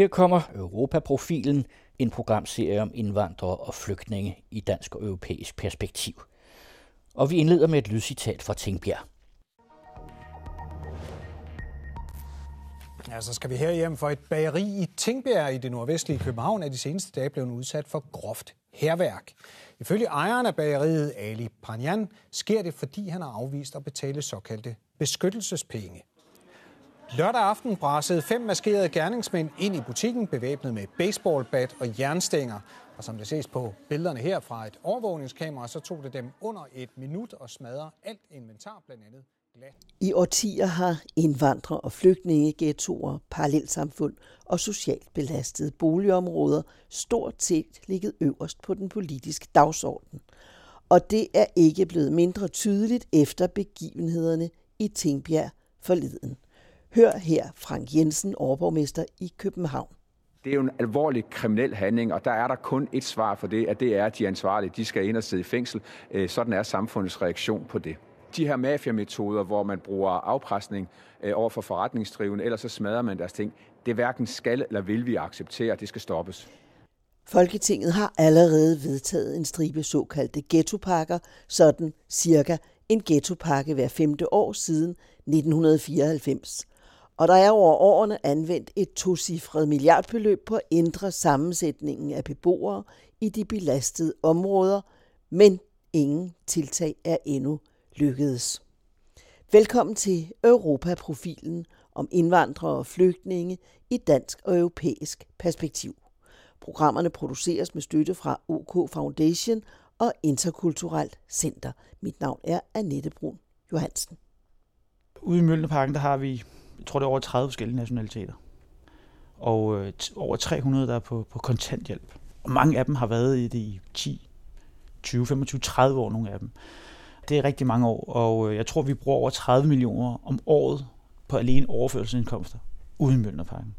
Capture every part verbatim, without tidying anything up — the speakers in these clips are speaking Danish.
Her kommer Europaprofilen, en programserie om indvandrere og flygtninge i dansk og europæisk perspektiv. Og vi indleder med et lydcitat fra Tingbjerg. Ja, så skal vi herhjem, for et bageri i Tingbjerg i det nordvestlige København er de seneste dage blevet udsat for groft hærværk. Ifølge ejeren af bageriet, Ali Pranjan, sker det, fordi han har afvist at betale såkaldte beskyttelsespenge. Lørdag aften brassede fem maskerede gerningsmænd ind i butikken, bevæbnet med baseballbat og jernstænger. Og som det ses på billederne her fra et overvågningskamera, så tog det dem under et minut at smadre alt inventar, blandt andet glas. I årtier har indvandrere og flygtninge, ghettoer, parallelsamfund og socialt belastede boligområder stort set ligget øverst på den politiske dagsorden. Og det er ikke blevet mindre tydeligt efter begivenhederne i Tingbjerg forleden. Hør her Frank Jensen, overborgmester i København. Det er jo en alvorlig kriminel handling, og der er der kun et svar for det, at det er, at de ansvarlige, de skal ind og sidde i fængsel. Sådan er samfundets reaktion på det. De her mafiametoder, hvor man bruger afpresning over for forretningsdrivende, ellers så smadrer man deres ting, det hverken skal eller vil vi acceptere, det skal stoppes. Folketinget har allerede vedtaget en stribe såkaldte ghettopakker, sådan cirka en ghettopakke hver femte år siden nitten fireoghalvfems. Og der er over årene anvendt et tocifret milliardbeløb på at ændre sammensætningen af beboere i de belastede områder, men ingen tiltag er endnu lykkedes. Velkommen til Europaprofilen om indvandrere og flygtninge i dansk og europæisk perspektiv. Programmerne produceres med støtte fra O K Foundation og Interkulturelt Center. Mit navn er Annette Brun Johansen. Ude i Mjølnerparken, der har vi, jeg tror det er over tredive forskellige nationaliteter. Og øh, over tre hundrede, der er på, på kontanthjælp. Og mange af dem har været i det i ti, tyve, femogtyve, tredive år, nogle af dem. Det er rigtig mange år, og øh, jeg tror, vi bruger over tredive millioner om året på alene overførselsindkomster ude i Mjølnerparken.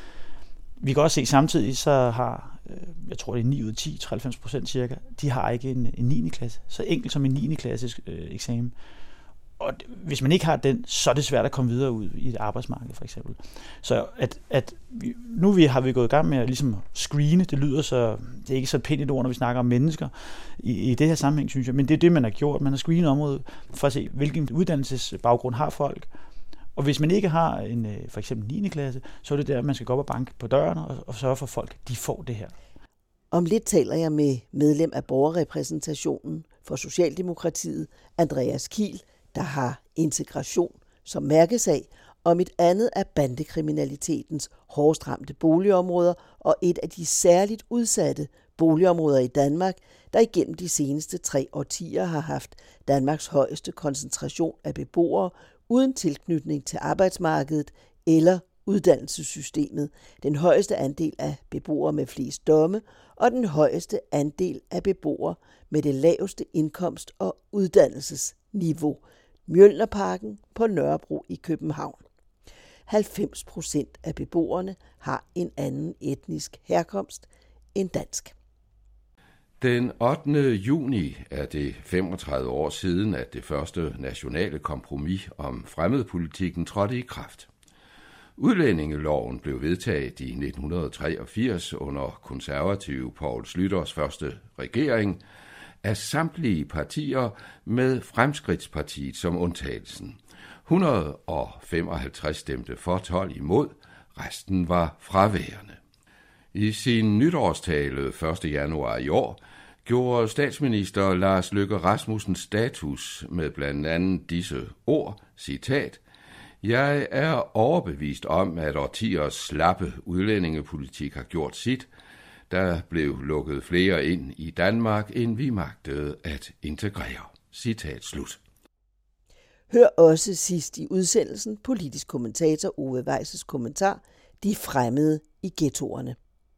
Vi kan også se samtidig, så har, øh, jeg tror det er ni ud af ti, treoghalvfems procent cirka, de har ikke en, en niende klasse. Så enkelt som en niende klasses øh, eksamen. Og hvis man ikke har den, så er det svært at komme videre ud i et arbejdsmarked, for eksempel. Så at, at vi, nu vi, har vi gået i gang med at ligesom screene, det lyder så, det er ikke så pænt et ord, når vi snakker om mennesker i, i det her sammenhæng, synes jeg, men det er det, man har gjort. Man har screenet området for at se, hvilken uddannelsesbaggrund har folk. Og hvis man ikke har en for eksempel niende klasse, så er det der, man skal gå op og banke på døren og, og sørge for, at folk de får det her. Om lidt taler jeg med medlem af borgerrepræsentationen for Socialdemokratiet, Andreas Kiel, der har integration som mærkesag, og mit andet er bandekriminalitetens hårdest ramte boligområder og et af de særligt udsatte boligområder i Danmark, der igennem de seneste tre årtier har haft Danmarks højeste koncentration af beboere uden tilknytning til arbejdsmarkedet eller uddannelsessystemet, den højeste andel af beboere med flest domme og den højeste andel af beboere med det laveste indkomst- og uddannelsesniveau. Mjølnerparken på Nørrebro i København. halvfems procent af beboerne har en anden etnisk herkomst end dansk. Den ottende juni er det femogtredive år siden, at det første nationale kompromis om fremmedpolitikken trådte i kraft. Udlændingeloven blev vedtaget i nitten treogfirs under konservative Poul Schlüters første regering af samtlige partier med Fremskridtspartiet som undtagelsen. et hundrede femoghalvtreds stemte for, tolv imod, resten var fraværende. I sin nytårstale første januar i år gjorde statsminister Lars Løkke Rasmussen status med blandt andet disse ord, citat: "Jeg er overbevist om, at årtiers slappe udlændingepolitik har gjort sit. Der blev lukket flere ind i Danmark, end vi magtede at integrere." Citat slut. Hør også sidst i udsendelsen politisk kommentator Ove Weiss' kommentar, "De fremmede i ghettoerne".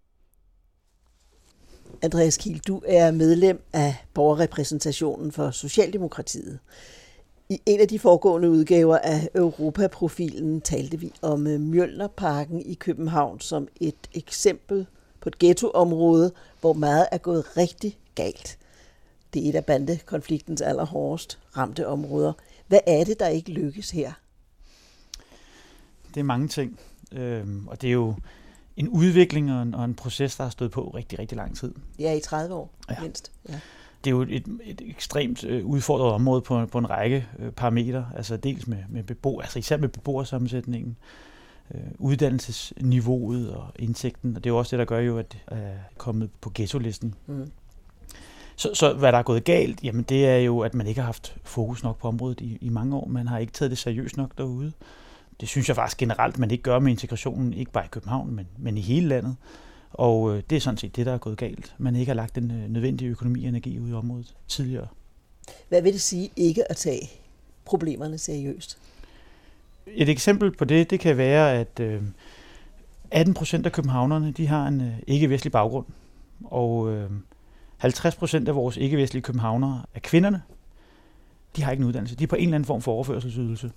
Andreas Kiel, du er medlem af borgerrepræsentationen for Socialdemokratiet. I en af de foregående udgaver af Europaprofilen talte vi om Mjølnerparken i København som et eksempel på et ghettoområde, hvor meget er gået rigtig galt. Det er et af bandekonfliktens allerhårdest ramte områder. Hvad er det, der ikke lykkes her? Det er mange ting, øhm, og det er jo en udvikling og en, og en proces, der har stået på rigtig, rigtig lang tid. Ja, i tredive år ja. mindst. Ja. Det er jo et, et ekstremt udfordret område på, på en række parametre, altså dels med, med bebo, altså især med beboersammensætningen, øh, uddannelsesniveauet og indsigten, og det er jo også det, der gør jo, at det er kommet på ghetto-listen. Mm. Så, så hvad der er gået galt, jamen det er jo, at man ikke har haft fokus nok på området i, i mange år. Man har ikke taget det seriøst nok derude. Det synes jeg faktisk generelt, man ikke gør med integrationen, ikke bare i København, men, men i hele landet. Og øh, det er sådan set det, der er gået galt. Man ikke har lagt den øh, nødvendige økonomi og energi ud i området tidligere. Hvad vil det sige ikke at tage problemerne seriøst? Et eksempel på det, det kan være, at øh, atten procent af københavnerne, de har en øh, ikke-vestlig baggrund. Og øh, halvtreds procent af vores ikke-vestlige københavnere er kvinderne. De har ikke en uddannelse. De er på en eller anden form for overførselsydelse.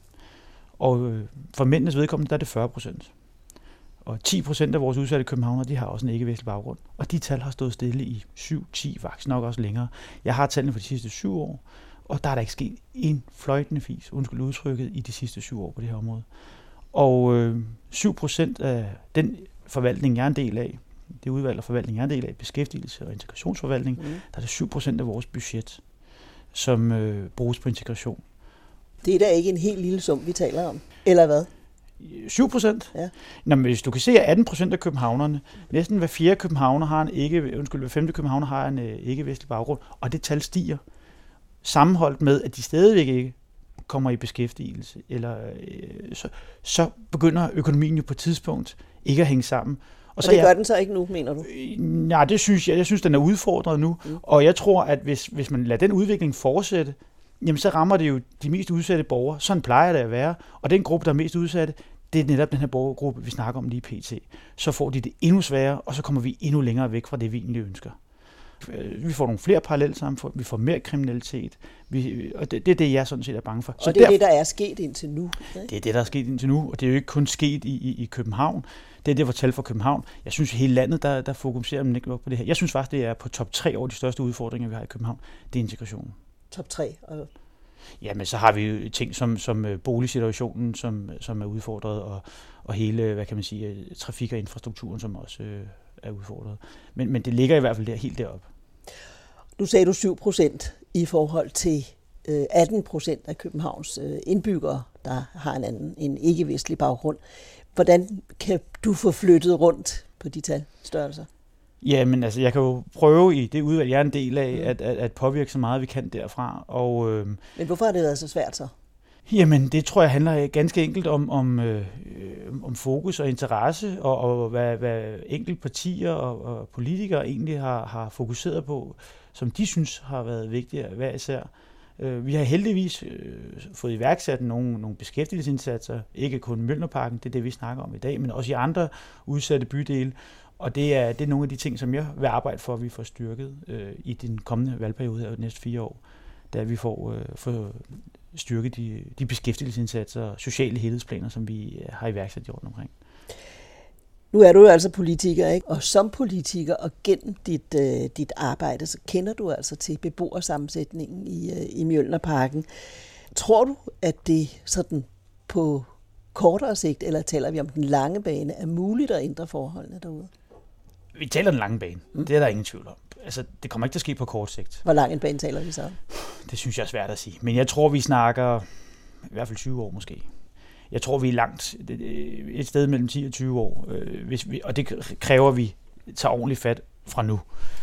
Og øh, for mændenes vedkommende, der er det fyrre procent. Og ti procent af vores udsatte københavnere, de har også en ikke-vestlig baggrund. Og de tal har stået stille i syv, ti, faktisk nok også længere. Jeg har tallene for de sidste syv år, og der er der ikke sket en fløjtende fis, undskyld udtrykket, i de sidste syv år på det her område. Og øh, syv procent af den forvaltning, jeg er en del af, det udvalg af forvaltning, jeg er en del af, beskæftigelse og integrationsforvaltning, mm. der er det syv procent af vores budget, som øh, bruges på integration. Det er da ikke en helt lille sum, vi taler om, eller hvad? syv procent? Ja. Nå, men hvis du kan se, at atten procent af københavnerne, næsten hver fjerde københavner har en ikke, undskyld, hver femte københavner har en øh, ikke-vestlig baggrund, og det tal stiger, sammenholdt med, at de stadigvæk ikke kommer i beskæftigelse, eller øh, så, så begynder økonomien jo på et tidspunkt ikke at hænge sammen. Og, og så det gør jeg, den så ikke nu, mener du? Øh, nej, det synes jeg. Jeg synes, den er udfordret nu, mm. og jeg tror, at hvis, hvis man lader den udvikling fortsætte, jamen så rammer det jo de mest udsatte borgere. Sådan plejer det at være. Og den gruppe, der er mest udsatte, det er netop den her borgergruppe, vi snakker om lige pt. Så får de det endnu sværere, og så kommer vi endnu længere væk fra det, vi egentlig ønsker. Vi får nogle flere parallelsamfund, vi får mere kriminalitet, vi, og det, det er det, jeg sådan set er bange for. Og så det er der, det, der er sket indtil nu? Ikke? Det er det, der er sket indtil nu, og det er jo ikke kun sket i, i, i København. Det er det, der tal for København. Jeg synes, hele landet, der, der fokuserer man ikke på det her. Jeg synes faktisk, det er på top tre over de største udfordringer, vi har i København. Det er integrationen. Top tre? Og ja, men så har vi jo ting som, som boligsituationen, som, som er udfordret, og, og hele, hvad kan man sige, trafik og infrastrukturen, som også øh, er udfordret. Men, men det ligger i hvert fald der, helt deroppe. Nu sagde du syv procent i forhold til øh, atten procent af Københavns øh, indbyggere, der har en anden, en ikke-vestlig baggrund. Hvordan kan du få flyttet rundt på de talstørrelser? Ja, men altså, jeg kan jo prøve i det udvalg, jeg er en del af, mm. at, at, at påvirke så meget, vi kan derfra. Og, øh, men hvorfor har det været så svært så? Jamen, det tror jeg handler ganske enkelt om, om, øh, om fokus og interesse, og, og hvad, hvad enkelte partier og, og politikere egentlig har, har fokuseret på, som de synes har været vigtige hver især. Øh, vi har heldigvis øh, fået iværksat nogle, nogle beskæftigelsesindsatser, ikke kun Mjølnerparken, det er det, vi snakker om i dag, men også i andre udsatte bydele. Og det er, det er nogle af de ting, som jeg vil arbejde for, at vi får styrket øh, i den kommende valgperiode her de næste fire år, da vi får, øh, får styrket de, de beskæftigelsesindsatser og sociale helhedsplaner, som vi har iværksat rundt omkring. Nu er du jo altså politiker, ikke? Og som politiker og gennem dit, øh, dit arbejde, så kender du altså til beboersammensætningen i, øh, i Mjølnerparken. Tror du, at det sådan på kortere sigt, eller taler vi om den lange bane, er muligt at ændre forholdene derude? Vi taler den lange bane. Mm. Det er der ingen tvivl om. Altså, det kommer ikke til at ske på kort sigt. Hvor lang en bane taler vi så om? Det synes jeg er svært at sige. Men jeg tror, vi snakker i hvert fald tyve år måske. Jeg tror, vi er langt et sted mellem ti og tyve år. Hvis vi, og det kræver, at vi tager ordentligt fat fra nu.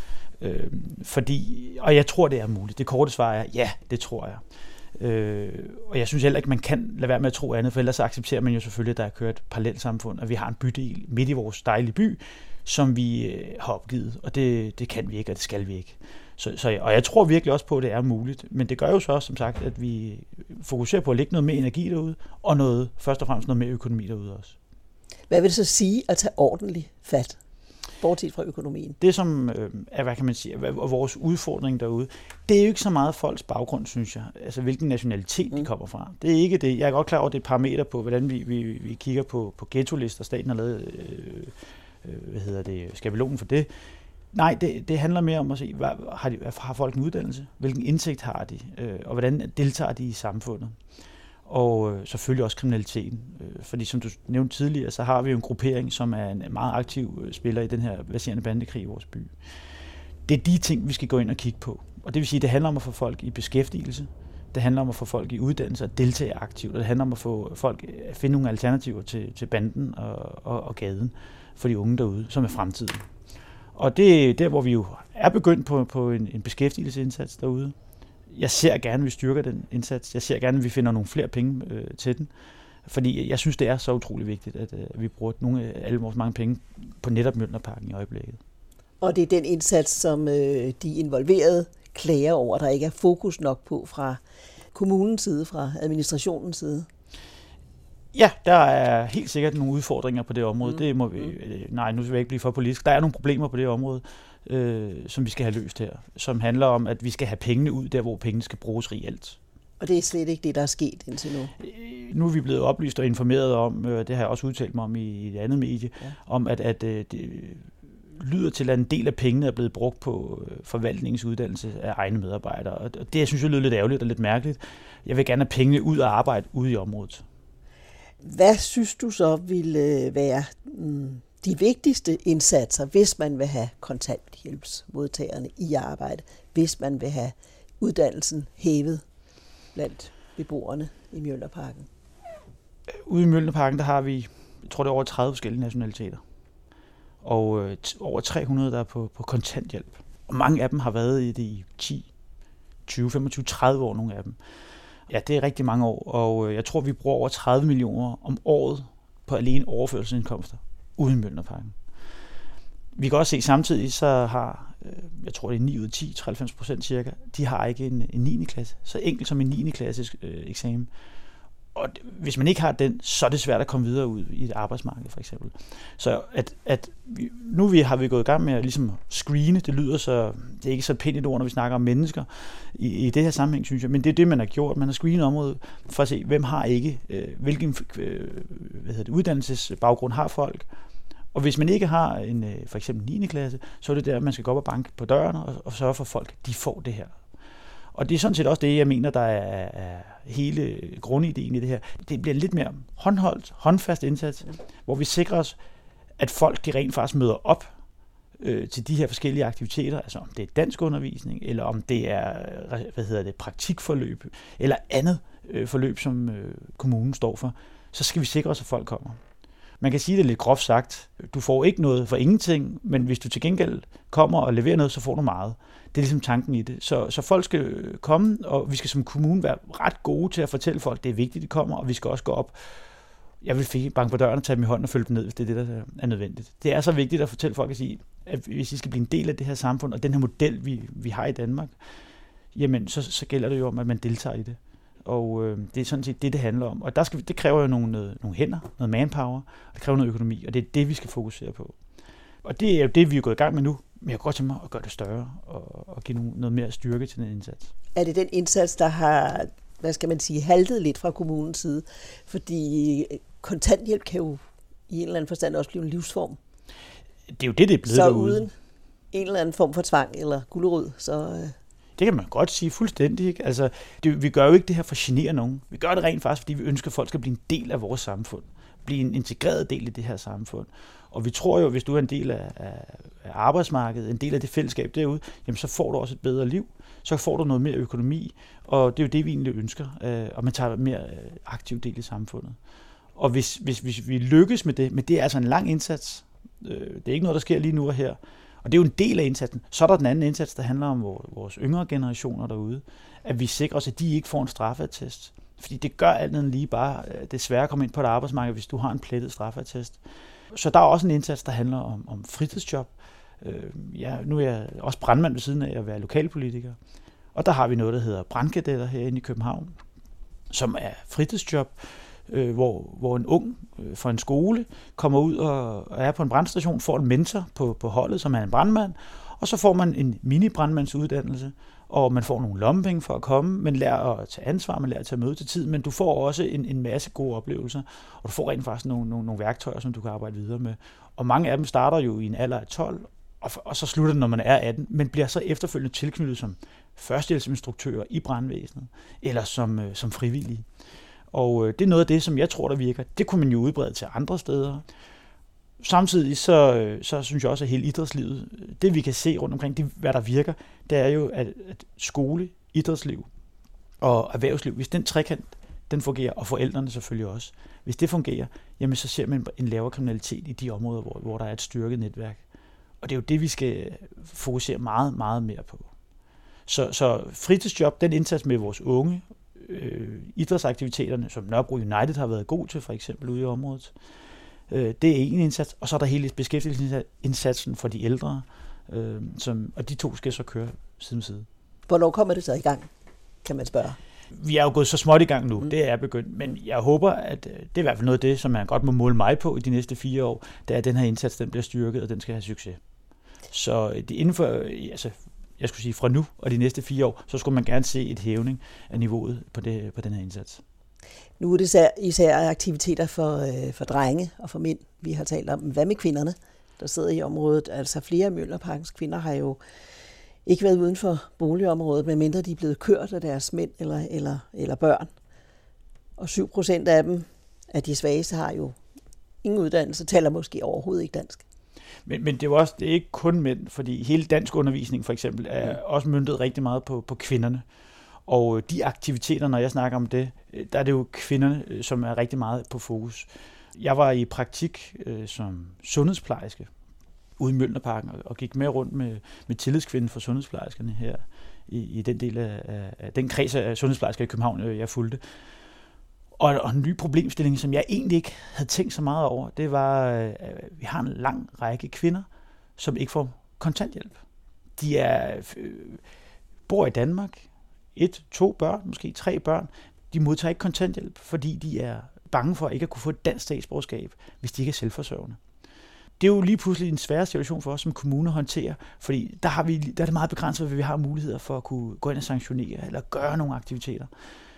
Fordi, og jeg tror, det er muligt. Det korte svar er, ja, det tror jeg. Øh, og jeg synes heller ikke, man kan lade være med at tro andet, for ellers accepterer man jo selvfølgelig, at der er kørt parallelsamfund, og vi har en bydel midt i vores dejlige by, som vi øh, har opgivet, og det, det kan vi ikke, og det skal vi ikke. Så, så, og jeg tror virkelig også på, at det er muligt, men det gør jo så også, som sagt, at vi fokuserer på at lægge noget mere energi derude, og noget, først og fremmest noget mere økonomi derude også. Hvad vil det så sige at tage ordentligt fat? Bortset fra økonomien. Det, som øh, er, hvad kan man sige, er vores udfordring derude, det er jo ikke så meget folks baggrund, synes jeg. Altså, hvilken nationalitet mm. de kommer fra. Det er ikke det. Jeg er godt klar over, at det er et parameter på, hvordan vi, vi, vi kigger på, på ghetto-lister. Staten har lavet, øh, øh, hvad hedder det, skabelonen for det. Nej, det, det handler mere om at se, hvad, har, de, har folk en uddannelse? Hvilken indsigt har de? Øh, og hvordan deltager de i samfundet? og øh, selvfølgelig også kriminaliteten. Øh, fordi som du nævnte tidligere, så har vi jo en gruppering, som er en meget aktiv øh, spiller i den her verserende bandekrig i vores by. Det er de ting, vi skal gå ind og kigge på. Og det vil sige, at det handler om at få folk i beskæftigelse, det handler om at få folk i uddannelse og deltage aktivt, og det handler om at få folk at finde nogle alternativer til, til banden og, og, og gaden for de unge derude, som er fremtiden. Og det er der, hvor vi jo er begyndt på, på en, en beskæftigelsesindsats derude. Jeg ser gerne, at vi styrker den indsats. Jeg ser gerne, at vi finder nogle flere penge øh, til den. Fordi jeg synes, det er så utrolig vigtigt, at, at vi bruger nogle af alle vores mange penge på netop Mjølnerparken i øjeblikket. Og det er den indsats, som øh, de involverede klager over, der ikke er fokus nok på fra kommunens side, fra administrationens side. Ja, der er helt sikkert nogle udfordringer på det område. Mm. Det må vi, nej, nu vil jeg ikke blive for politisk. Der er nogle problemer på det område, øh, som vi skal have løst her, som handler om, at vi skal have pengene ud der, hvor pengene skal bruges reelt. Og det er slet ikke det, der er sket indtil nu? Nu er vi blevet oplyst og informeret om, det har jeg også udtalt mig om i et andet medie, ja. om at, at det lyder til, at en del af pengene er blevet brugt på forvaltningens uddannelse af egne medarbejdere. Og det, jeg synes, jeg lyder lidt ærgerligt og lidt mærkeligt. Jeg vil gerne have pengene ud og arbejde ude i området. Hvad synes du så ville være de vigtigste indsatser, hvis man vil have kontanthjælpsmodtagerne i arbejde, hvis man vil have uddannelsen hævet blandt beboerne i Mjølnerparken? Ude i Mjølnerparken, der har vi, jeg tror det er over tredive forskellige nationaliteter. Og øh, over tre hundrede, der er på, på kontanthjælp. Og mange af dem har været i det i ti, tyve, femogtyve, tredive år, nogle af dem. Ja, det er rigtig mange år, og øh, jeg tror, vi bruger over tredive millioner om året på alene overførselsindkomster ude i Mjølnerparken. Vi kan også se samtidig, så har, øh, jeg tror det er ni ud af ti, treoghalvfems procent cirka, de har ikke en, en niende klasse. Så enkelt som en niende klasses øh, eksamen. Og hvis man ikke har den, så er det svært at komme videre ud i et arbejdsmarked, for eksempel. Så at, at vi, nu vi, har vi gået i gang med at ligesom screene, det lyder så, det er ikke så pænt et ord, når vi snakker om mennesker i, i det her sammenhæng, synes jeg, men det er det, man har gjort. Man har screenet området for at se, hvem har ikke, øh, hvilken øh, hvad hedder det, uddannelsesbaggrund har folk. Og hvis man ikke har en, øh, for eksempel niende klasse, så er det der, man skal gå op og banke på døren og, og sørge for, at folk de får det her. Og det er sådan set også det, jeg mener, der er, er hele grundideen i det her. Det bliver en lidt mere håndholdt, håndfast indsats, hvor vi sikrer os, at folk de rent faktisk møder op øh, til de her forskellige aktiviteter, altså om det er dansk undervisning, eller om det er hvad hedder det, praktikforløb, eller andet øh, forløb, som øh, kommunen står for, så skal vi sikre os, at folk kommer. Man kan sige det lidt groft sagt. Du får ikke noget for ingenting, men hvis du til gengæld kommer og leverer noget, så får du meget. Det er ligesom tanken i det. Så, så folk skal komme, og vi skal som kommune være ret gode til at fortælle folk, at det er vigtigt, at de kommer, og vi skal også gå op. Jeg vil banke på døren og tage dem i hånden og følge dem ned, hvis det er det, der er nødvendigt. Det er så vigtigt at fortælle folk at sige, at hvis I skal blive en del af det her samfund, og den her model, vi, vi har i Danmark, jamen så, så gælder det jo om, at man deltager i det. Og øh, det er sådan set det, det handler om. Og der skal, det kræver jo nogle, noget, nogle hænder, noget manpower, og det kræver noget økonomi, og det er det, vi skal fokusere på. Og det er jo det, vi er gået i gang med nu, men jeg kan godt tænke mig at gøre det større, og, og give nogle, noget mere styrke til den indsats. Er det den indsats, der har, hvad skal man sige, haltet lidt fra kommunens side? Fordi kontanthjælp kan jo i en eller anden forstand også blive en livsform. Det er jo det, det er blevet så derude. Så uden en eller anden form for tvang eller gulerod, så... Øh Det kan man godt sige fuldstændig. Ikke? Altså, det, vi gør jo ikke det her for at genere nogen. Vi gør det rent faktisk, fordi vi ønsker, at folk skal blive en del af vores samfund. Blive en integreret del i det her samfund. Og vi tror jo, at hvis du er en del af, af, af arbejdsmarkedet, en del af det fællesskab derude, jamen så får du også et bedre liv. Så får du noget mere økonomi. Og det er jo det, vi egentlig ønsker. Øh, og man tager mere aktiv del i samfundet. Og hvis, hvis, hvis vi lykkes med det, men det er altså en lang indsats. Øh, det er ikke noget, der sker lige nu og her. Og det er jo en del af indsatsen. Så er der den anden indsats, der handler om vores yngre generationer derude. At vi sikrer os, at de ikke får en straffeattest. Fordi det gør alt andet lige bare, det er svært at komme ind på et arbejdsmarked, hvis du har en plettet straffeattest. Så der er også en indsats, der handler om, om fritidsjob. Øh, ja, nu er jeg også brandmand ved siden af at være lokalpolitiker. Og der har vi noget, der hedder brandkadetter herinde i København, som er fritidsjob, øh, hvor, hvor en ung øh, fra en skole kommer ud og, og er på en brandstation, får en mentor på, på holdet, som er en brandmand, og så får man en mini-brandmandsuddannelse, og man får nogle lommepenge for at komme, man lærer at tage ansvar, man lærer at tage møde til tid, men du får også en, en masse gode oplevelser, og du får rent faktisk nogle, nogle, nogle værktøjer, som du kan arbejde videre med. Og mange af dem starter jo i en alder af tolv, og, og så slutter det, når man er atten, men bliver så efterfølgende tilknyttet som førstehjælpsinstruktører i brandvæsenet, eller som, øh, som frivillige. Og det er noget af det, som jeg tror, der virker. Det kunne man jo udbrede til andre steder. Samtidig så, så synes jeg også, at hele idrætslivet, det vi kan se rundt omkring, det, hvad der virker, det er jo, at, at skole, idrætsliv og erhvervsliv, hvis den trekant, den fungerer, og forældrene selvfølgelig også, hvis det fungerer, jamen så ser man en lavere kriminalitet i de områder, hvor, hvor der er et styrket netværk. Og det er jo det, vi skal fokusere meget, meget mere på. Så, så fritidsjob, den indsats med vores unge, øh, idrætsaktiviteterne, som Nørrebro United har været god til, for eksempel ude i området, øh, det er en indsats, og så er der hele beskæftigelsesindsatsen for de ældre, øh, som, og de to skal så køre side om side. Hvornår kommer det så i gang, kan man spørge? Vi er jo gået så småt i gang nu, mm. det er begyndt, men jeg håber, at det er i hvert fald noget af det, som man godt må måle mig på i de næste fire år, det er, at den her indsats, den bliver styrket, og den skal have succes. Så det inden for, altså, jeg skulle sige fra nu og de næste fire år, så skulle man gerne se et hævning af niveauet på, det, på den her indsats. Nu er det især, især aktiviteter for, øh, for drenge og for mænd, vi har talt om. Hvad med kvinderne, der sidder i området? Altså flere af Mjølnerparkens kvinder har jo ikke været uden for boligområdet, medmindre de er blevet kørt af deres mænd eller, eller, eller børn. Og syv procent af dem, af de svageste, har jo ingen uddannelse, taler måske overhovedet ikke dansk. Men, men det er jo også, det er ikke kun mænd, fordi hele dansk undervisning for eksempel er mm. også møntet rigtig meget på, på kvinderne. Og de aktiviteter, når jeg snakker om det, der er det jo kvinderne, som er rigtig meget på fokus. Jeg var i praktik øh, som sundhedsplejerske ude i Mjølnerparken og, og gik med rundt med, med tillidskvinden for sundhedsplejerskerne her i, i den del af, af den kreds af sundhedsplejersker i København, jeg fulgte. Og, og en ny problemstilling, som jeg egentlig ikke havde tænkt så meget over, det var, at vi har en lang række kvinder, som ikke får kontanthjælp. De er, øh, bor i Danmark, et, to børn, måske tre børn. De modtager ikke kontanthjælp, fordi de er bange for ikke at kunne få et dansk statsborgerskab, hvis de ikke er selvforsørgende. Det er jo lige pludselig en svær situation for os som kommune at håndtere, fordi der, har vi, der er det meget begrænset, hvad vi har muligheder for at kunne gå ind og sanktionere eller gøre nogle aktiviteter.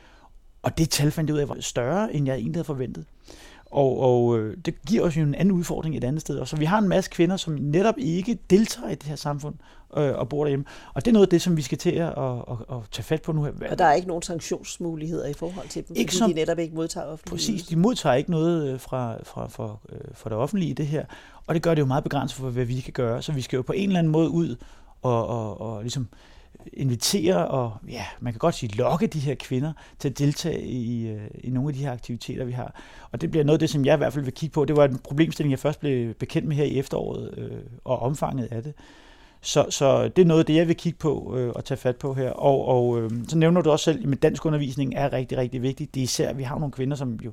Og det tal fandt jeg ud af var større, end jeg egentlig havde forventet. Og, og det giver os jo en anden udfordring et andet sted. Og så vi har en masse kvinder, som netop ikke deltager i det her samfund øh, og bor derhjemme. Og det er noget af det, som vi skal til at, at, at, at tage fat på nu her. Og der er ikke nogen sanktionsmuligheder i forhold til dem, ikke fordi som, de netop ikke modtager offentlige. Præcis, de modtager ikke noget fra, fra, fra, fra det offentlige i det her. Og det gør det jo meget begrænset for, hvad vi kan gøre. Så vi skal jo på en eller anden måde ud og, og, og ligesom invitere og, ja, man kan godt sige, lokke de her kvinder til at deltage i, i nogle af de her aktiviteter, vi har. Og det bliver noget af det, som jeg i hvert fald vil kigge på. Det var en problemstilling, jeg først blev bekendt med her i efteråret, øh, og omfanget af det. Så, så det er noget af det, jeg vil kigge på øh, og tage fat på her. Og, og øh, så nævner du også selv, at dansk undervisning er rigtig, rigtig vigtigt. Det er især, vi har nogle kvinder, som jo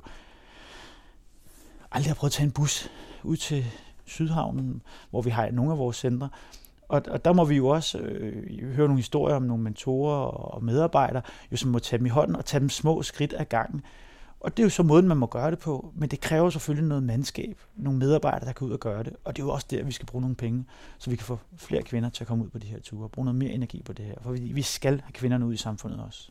aldrig har prøvet at tage en bus ud til Sydhavnen, hvor vi har nogle af vores centre. Og, og der må vi jo også øh, høre nogle historier om nogle mentorer og medarbejdere, jo, som må tage dem i hånden og tage dem små skridt ad gangen. Og det er jo så måden, man må gøre det på, men det kræver selvfølgelig noget mandskab, nogle medarbejdere, der kan ud og gøre det. Og det er jo også der, vi skal bruge nogle penge, så vi kan få flere kvinder til at komme ud på de her ture og bruge noget mere energi på det her. For vi, vi skal have kvinderne ud i samfundet også.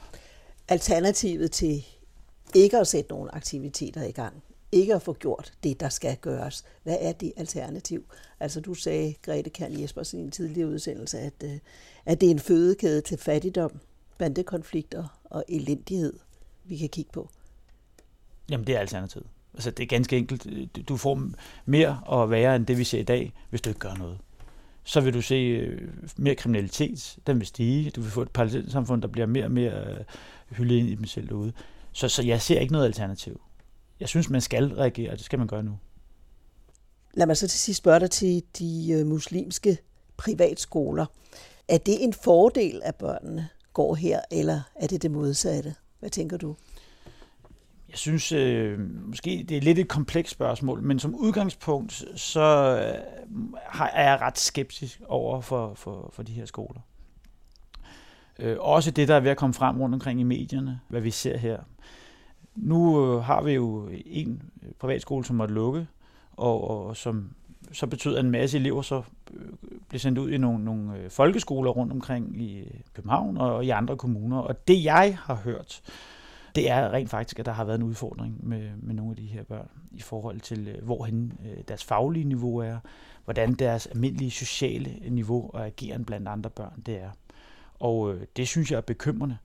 Alternativet til ikke at sætte nogle aktiviteter i gang, ikke at få gjort det, der skal gøres. Hvad er det alternativ? Altså du sagde, Grete Kern Jespersen i en tidligere udsendelse, at, at det er en fødekæde til fattigdom, bandekonflikter og elendighed, vi kan kigge på. Jamen det er alternativet. Altså det er ganske enkelt. Du får mere og værre end det, vi ser i dag, hvis du ikke gør noget. Så vil du se mere kriminalitet, den vil stige. Du vil få et parallelsamfund, der bliver mere og mere hyldet ind i dem selv derude. Så, så jeg ser ikke noget alternativ. Jeg synes, man skal reagere, og det skal man gøre nu. Lad mig så til sidst spørge dig til de muslimske privatskoler. Er det en fordel, at børnene går her, eller er det det modsatte? Hvad tænker du? Jeg synes, øh, måske det er lidt et komplekst spørgsmål, men som udgangspunkt, så øh, er jeg ret skeptisk over for, for, for de her skoler. Øh, også det, der er ved at komme frem rundt omkring i medierne, hvad vi ser her. Nu øh, har vi jo en privatskole, som måtte lukke, og, og som så betød, at en masse elever så øh, blev sendt ud i nogle, nogle øh, folkeskoler rundt omkring i København og, og i andre kommuner. Og det, jeg har hørt, det er rent faktisk, at der har været en udfordring med, med nogle af de her børn i forhold til, øh, hvorhen øh, deres faglige niveau er, hvordan deres almindelige sociale niveau og ageren blandt andre børn det er. Og øh, det synes jeg er bekymrende.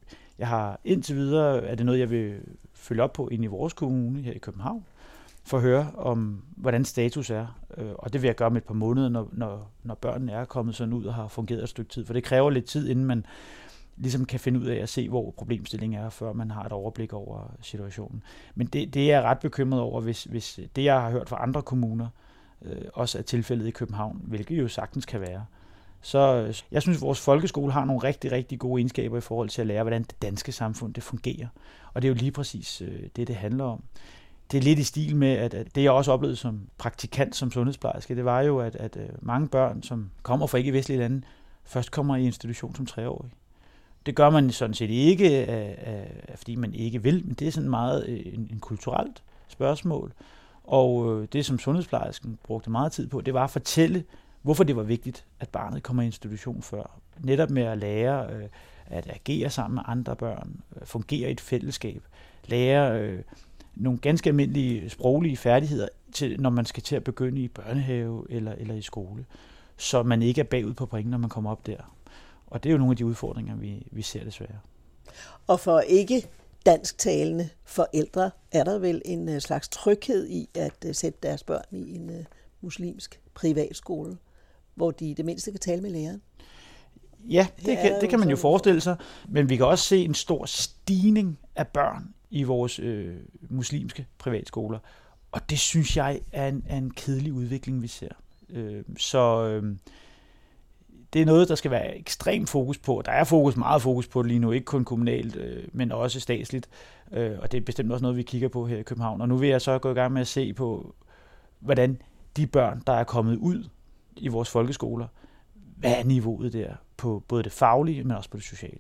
Jeg har indtil videre, er det noget, jeg vil følge op på inde i vores kommune her i København, for at høre om, hvordan status er. Og det vil jeg gøre om et par måneder, når, når, når børnene er kommet sådan ud og har fungeret et stykke tid. For det kræver lidt tid, inden man ligesom kan finde ud af at se, hvor problemstillingen er, før man har et overblik over situationen. Men det, det er jeg ret bekymret over, hvis, hvis det, jeg har hørt fra andre kommuner, øh, også er tilfældet i København, hvilket jo sagtens kan være. Så jeg synes, at vores folkeskole har nogle rigtig, rigtig gode egenskaber i forhold til at lære, hvordan det danske samfund det fungerer. Og det er jo lige præcis øh, det, det handler om. Det er lidt i stil med, at, at det jeg også oplevede som praktikant, som sundhedsplejerske, det var jo, at, at mange børn, som kommer fra ikke-vestlige lande, først kommer i institution som treårige. Det gør man sådan set ikke, af, af, fordi man ikke vil, men det er sådan meget en, en kulturelt spørgsmål. Og det, som sundhedsplejersken brugte meget tid på, det var at fortælle, hvorfor det var vigtigt, at barnet kommer i institution før. Netop med at lære øh, at agere sammen med andre børn, fungere i et fællesskab, lære øh, nogle ganske almindelige sproglige færdigheder, til, når man skal til at begynde i børnehave eller, eller i skole, så man ikke er bagud på point, når man kommer op der. Og det er jo nogle af de udfordringer, vi, vi ser desværre. Og for ikke dansktalende forældre er der vel en slags tryghed i at sætte deres børn i en uh, muslimsk privatskole, hvor de i det mindste kan tale med læreren? Ja, det kan, det kan man jo forestille sig. Men vi kan også se en stor stigning af børn i vores øh, muslimske privatskoler. Og det synes jeg er en, er en kedelig udvikling, vi ser. Øh, så øh, det er noget, der skal være ekstrem fokus på. Der er fokus, meget fokus på det lige nu, ikke kun kommunalt, øh, men også statsligt. Øh, og det er bestemt også noget, vi kigger på her i København. Og nu vil jeg så gå i gang med at se på, hvordan de børn, der er kommet ud i vores folkeskoler, hvad er niveauet der på både det faglige, men også på det sociale.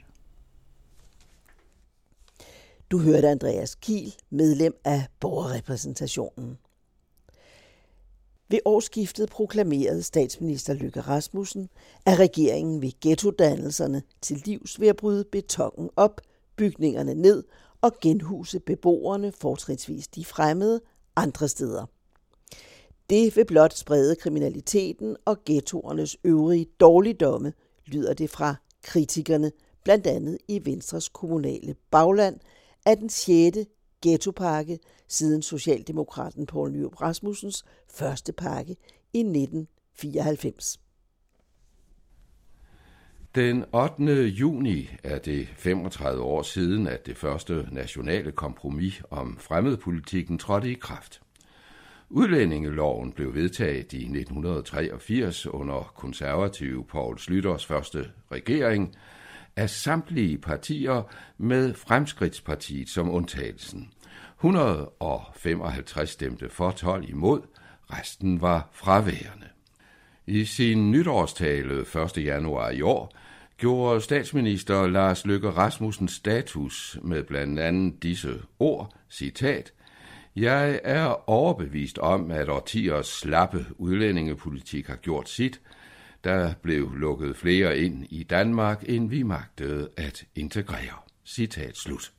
Du hørte Andreas Kiel, medlem af borgerrepræsentationen. Ved årsskiftet proklamerede statsminister Løkke Rasmussen, at regeringen vil ghettodannelserne til livs ved at bryde betonen op, bygningerne ned og genhuse beboerne, fortrinsvis de fremmede, andre steder. Det vil blot sprede kriminaliteten og ghettoernes øvrige dårligdomme, lyder det fra kritikerne, blandt andet i Venstres kommunale bagland, af den sjette ghettopakke siden Socialdemokraten Poul Nyrup Rasmussens første pakke i nitten fireoghalvfems. Den ottende juni er det femogtredive år siden, at det første nationale kompromis om fremmedpolitikken trådte i kraft. Udlændingeloven blev vedtaget i nitten treogfirs under konservative Poul Schlüters første regering af samtlige partier med Fremskridtspartiet som undtagelsen. et hundrede femoghalvtreds stemte for, tolv imod, resten var fraværende. I sin nytårstale første januar i år gjorde statsminister Lars Løkke Rasmussen status med blandt andet disse ord, citat: "Jeg er overbevist om, at årtiers slappe udlændingepolitik har gjort sit. Der blev lukket flere ind i Danmark, end vi magtede at integrere." Citat slut.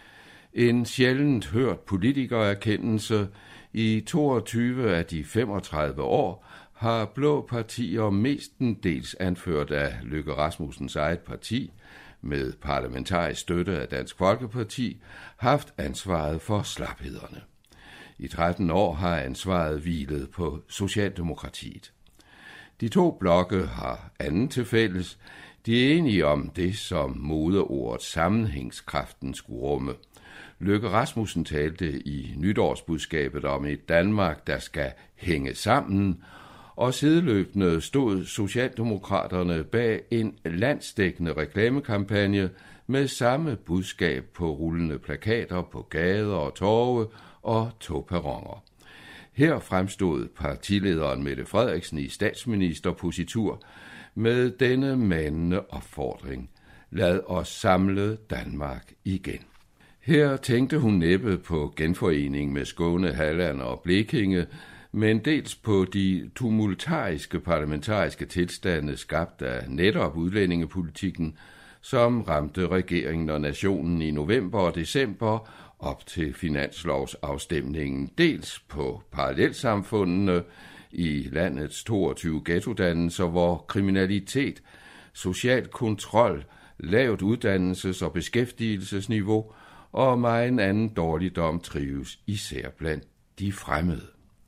En sjældent hørt politikererkendelse. I toogtyve af de femogtredive år har blå partier mestendels anført af Løkke Rasmussens eget parti, med parlamentarisk støtte af Dansk Folkeparti, haft ansvaret for slaphederne. I tretten år har ansvaret hvilet på Socialdemokratiet. De to blokke har anden til fælles. De er enige om det, som modeordet sammenhængskraften skulle rumme. Løkke Rasmussen talte i nytårsbudskabet om et Danmark, der skal hænge sammen, og sideløbende stod Socialdemokraterne bag en landsdækkende reklamekampagne med samme budskab på rullende plakater på gader og torve og togperroner. Her fremstod partilederen Mette Frederiksen i statsministerpositur med denne mandende opfordring: "Lad os samle Danmark igen." Her tænkte hun næppe på genforening med Skåne, Halland og Blekinge, men dels på de tumultariske parlamentariske tilstande skabt af netop udlændingepolitikken, som ramte regeringen og nationen i november og december op til finanslovsafstemningen, dels på parallelsamfundene i landets toogtyve ghettodannelser, hvor kriminalitet, social kontrol, lavt uddannelses- og beskæftigelsesniveau, og megen anden dårligdom trives især blandt de fremmede.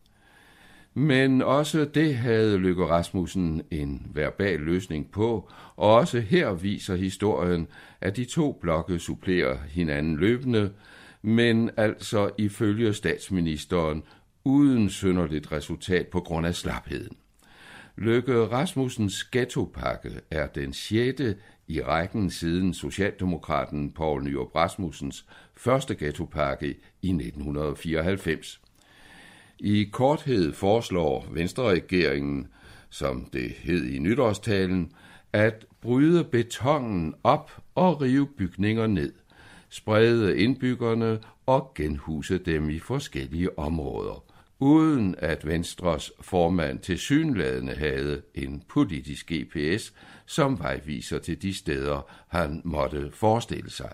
Men også det havde Løkke Rasmussen en verbal løsning på, og også her viser historien, at de to blokke supplerer hinanden løbende, men altså ifølge statsministeren uden synderligt resultat på grund af slapheden. Løkke Rasmussens ghettopakke er den sjette i rækken siden socialdemokraten Poul Nyrup Rasmussens første ghettopakke i nitten fireoghalvfems. I korthed foreslår Venstre-regeringen, som det hed i nytårstalen, at bryde betongen op og rive bygninger ned, sprede indbyggerne og genhuse dem i forskellige områder, uden at Venstres formand tilsyneladende havde en politisk G P S, som vejviser til de steder, han måtte forestille sig.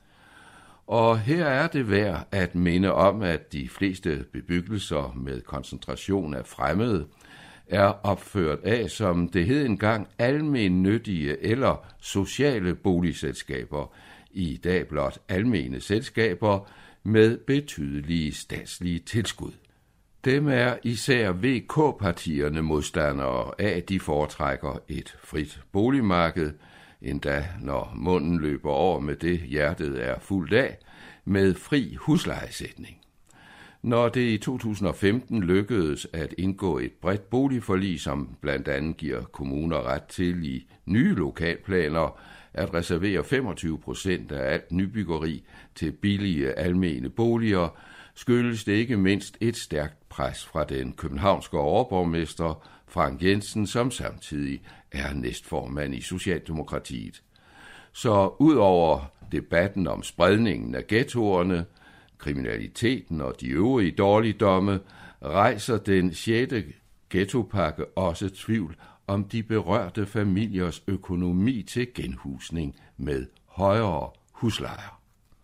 Og her er det værd at minde om, at de fleste bebyggelser med koncentration af fremmede er opført af, som det hed engang, almennyttige eller sociale boligselskaber, i dag blot almene selskaber med betydelige statslige tilskud. Dem er især V K-partierne modstandere af, de foretrækker et frit boligmarked, endda når munden løber over med det, hjertet er fuldt af, med fri huslejesætning. Når det i to tusind og femten lykkedes at indgå et bredt boligforlig, som blandt andet giver kommuner ret til i nye lokalplaner at reservere femogtyve procent af alt nybyggeri til billige almene boliger, skyldes det ikke mindst et stærkt pres fra den københavnske overborgmester Frank Jensen, som samtidig er næstformand i Socialdemokratiet. Så ud over debatten om spredningen af ghettoerne, kriminaliteten og de øvrige dårligdomme, rejser den sjette ghettopakke også tvivl om de berørte familiers økonomi til genhusning med højere huslejer.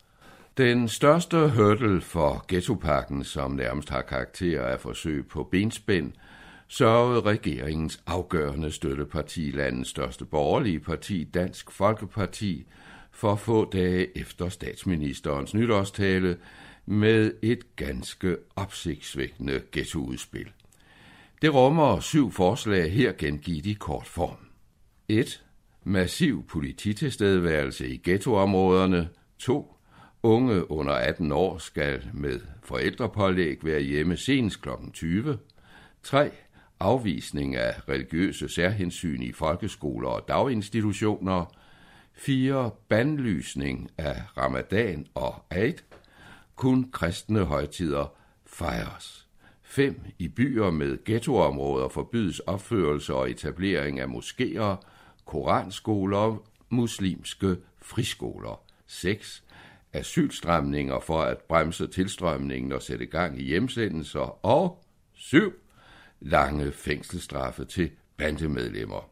Den største hurdle for ghettopakken, som nærmest har karakter af forsøg på benspænd, sørgede regeringens afgørende støtteparti, landets største borgerlige parti, Dansk Folkeparti, for få dage efter statsministerens nytårstale med et ganske opsigtsvækkende ghettoudspil. Det rummer syv forslag, her gengivet i kort form. et. Massiv polititilstedeværelse i ghettoområderne. to. Unge under atten år skal med forældrepålæg være hjemme senest klokken tyve. tre. Afvisning af religiøse særhensyn i folkeskoler og daginstitutioner. fire. Bandlysning af ramadan og Eid. Kun kristne højtider fejres. fem. I byer med ghettoområder forbydes opførelse og etablering af moskéer, koranskoler og muslimske friskoler. seks. Asylstramninger for at bremse tilstrømningen og sætte gang i hjemsendelser. Og syv. Lange fængselsstraffe til bandemedlemmer.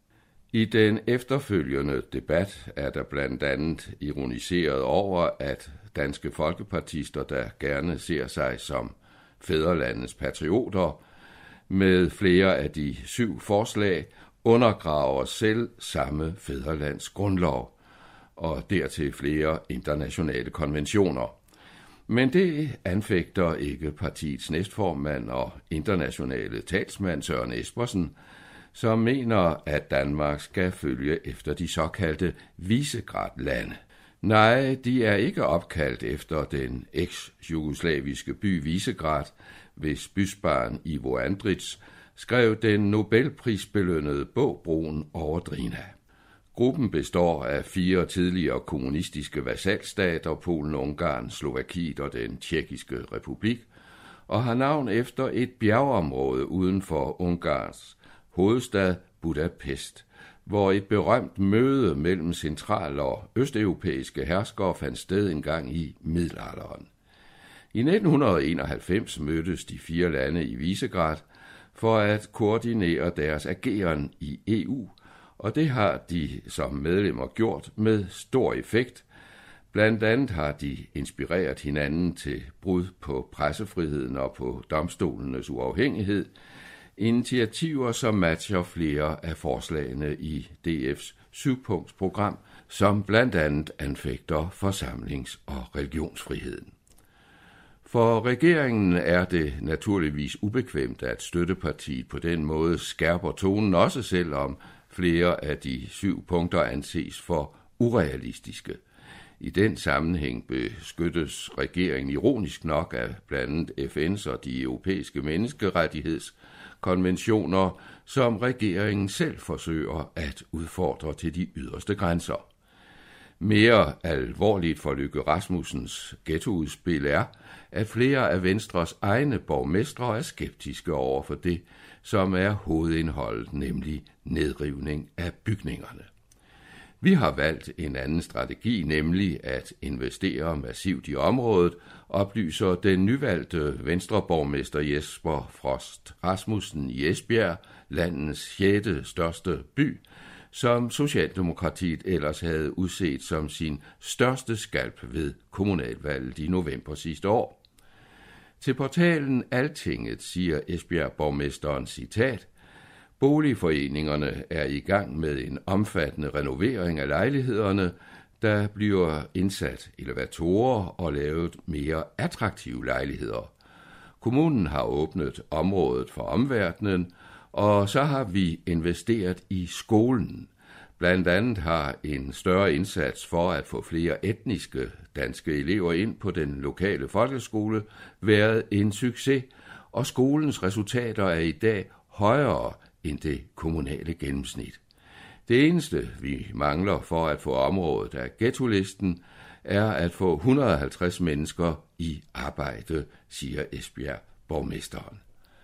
I den efterfølgende debat er der blandt andet ironiseret over, at danske folkepartister, der gerne ser sig som fædrelandets patrioter, med flere af de syv forslag, undergraver selv samme fædrelands grundlov, og dertil flere internationale konventioner. Men det anfægter ikke partiets næstformand og internationale talsmand Søren Espersen, som mener, at Danmark skal følge efter de såkaldte Visegrad-lande. Nej, de er ikke opkaldt efter den eks-jugoslaviske by Visegrad, hvis bysbarn Ivo Andrić skrev den Nobelprisbelønnede bog Broen over Drina. Gruppen består af fire tidligere kommunistiske vasalstater, Polen, Ungarn, Slovakiet og den tjekkiske republik, og har navn efter et bjergeområde uden for Ungarns hovedstad Budapest, hvor et berømt møde mellem central- og østeuropæiske herskere fandt sted engang i middelalderen. I nitten enoghalvfems mødtes de fire lande i Visegrad for at koordinere deres ageren i E U, og det har de som medlemmer gjort med stor effekt. Blandt andet har de inspireret hinanden til brud på pressefriheden og på domstolenes uafhængighed, initiativer, som matcher flere af forslagene i D F's syvpunktsprogram, som blandt andet anfægter forsamlings- og religionsfriheden. For regeringen er det naturligvis ubekvemt, at støttepartiet på den måde skærper tonen, også selvom flere af de syv punkter anses for urealistiske. I den sammenhæng beskyttes regeringen ironisk nok af blandt andet F N's og de europæiske menneskerettighedskonventioner, som regeringen selv forsøger at udfordre til de yderste grænser. Mere alvorligt for Løkke Rasmussens ghettoudspil er, at flere af Venstres egne borgmestre er skeptiske over for det, som er hovedindholdet, nemlig nedrivning af bygningerne. Vi har valgt en anden strategi, nemlig at investere massivt i området, oplyser den nyvalgte venstreborgmester Jesper Frost Rasmussen i Esbjerg, landets sjette største by, som Socialdemokratiet ellers havde udset som sin største skalp ved kommunalvalget i november sidste år. Til portalen Altinget siger Esbjerg-borgmesteren citat: boligforeningerne er i gang med en omfattende renovering af lejlighederne, der bliver indsat elevatorer og lavet mere attraktive lejligheder. Kommunen har åbnet området for omverdenen, og så har vi investeret i skolen. Blandt andet har en større indsats for at få flere etniske danske elever ind på den lokale folkeskole været en succes, og skolens resultater er i dag højere end det kommunale gennemsnit. Det eneste, vi mangler for at få området af ghettolisten, er at få et hundrede og halvtreds mennesker i arbejde, siger Esbjerg-borgmesteren.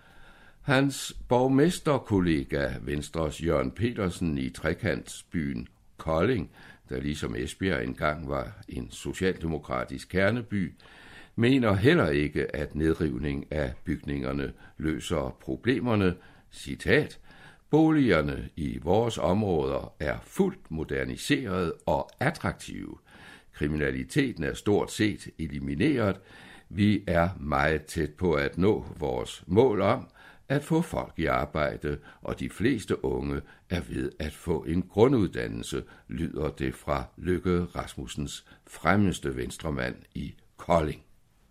Hans borgmesterkollega Venstres Jørgen Petersen i trekantsbyen Kolding, der ligesom Esbjerg engang var en socialdemokratisk kerneby, mener heller ikke, at nedrivning af bygningerne løser problemerne. Citat: boligerne i vores områder er fuldt moderniseret og attraktive. Kriminaliteten er stort set elimineret. Vi er meget tæt på at nå vores mål om at få folk i arbejde, og de fleste unge er ved at få en grunduddannelse, lyder det fra Løkke Rasmussens fremmeste venstremand i Kolding.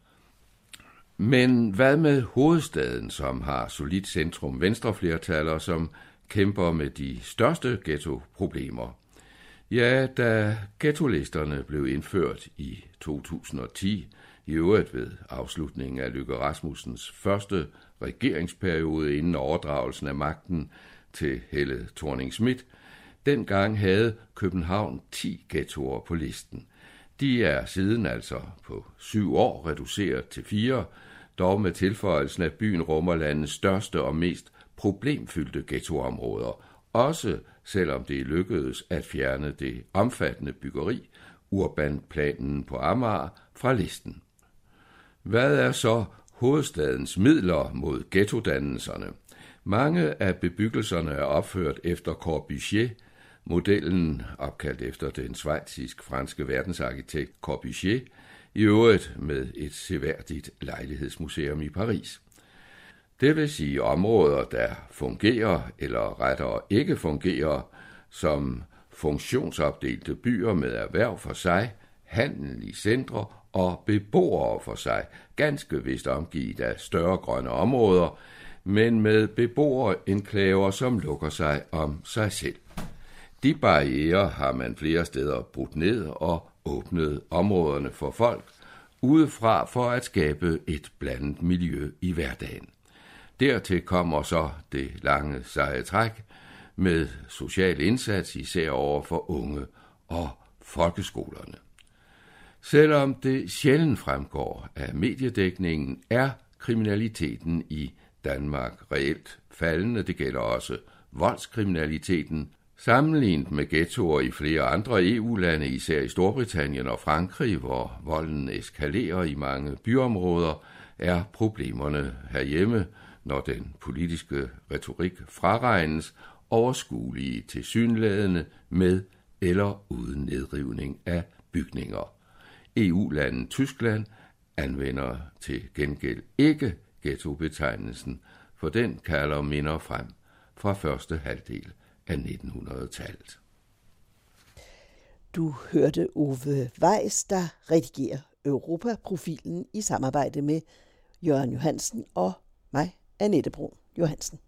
Men hvad med hovedstaden, som har solidt centrum venstreflertaler, som kæmper med de største ghettoproblemer? Ja, da ghettolisterne blev indført i to tusind og ti, i øvrigt ved afslutningen af Løkke Rasmussens første regeringsperiode inden overdragelsen af magten til Helle Thorning-Schmidt, dengang havde København ti ghettoer på listen. De er siden altså på syv år reduceret til fire, dog med tilføjelsen af byen rummer landets største og mest problemfyldte ghettoområder, også selvom det lykkedes at fjerne det omfattende byggeri, Urbanplanen på Amager, fra listen. Hvad er så hovedstadens midler mod ghettodannelserne? Mange af bebyggelserne er opført efter Corbusier, modellen opkaldt efter den schweizisk-franske verdensarkitekt Corbusier, i øvrigt med et seværdigt lejlighedsmuseum i Paris. Det vil sige områder, der fungerer eller rettere ikke fungerer som funktionsopdelte byer med erhverv for sig, handel i centre og beboere for sig, ganske vist omgivet af større grønne områder, men med beboerenklaver, som lukker sig om sig selv. De barrierer har man flere steder brudt ned og åbnet områderne for folk udefra for at skabe et blandet miljø i hverdagen. Dertil kommer så det lange seje træk med social indsats, især over for unge og folkeskolerne. Selvom det sjældent fremgår af mediedækningen, er kriminaliteten i Danmark reelt faldende. Det gælder også voldskriminaliteten. Sammenlignet med ghettoer i flere andre E U-lande, især i Storbritannien og Frankrig, hvor volden eskalerer i mange byområder, er problemerne herhjemme, når den politiske retorik fraregnes, overskuelige tilsyneladende med eller uden nedrivning af bygninger. E U-landet Tyskland anvender til gengæld ikke ghettobetegnelsen, for den kalder minder frem fra første halvdel af nitten hundrede-tallet. Du hørte Ove Weiss, der redigerer Europaprofilen i samarbejde med Jørgen Johansen og mig, Annette Brun Johansen.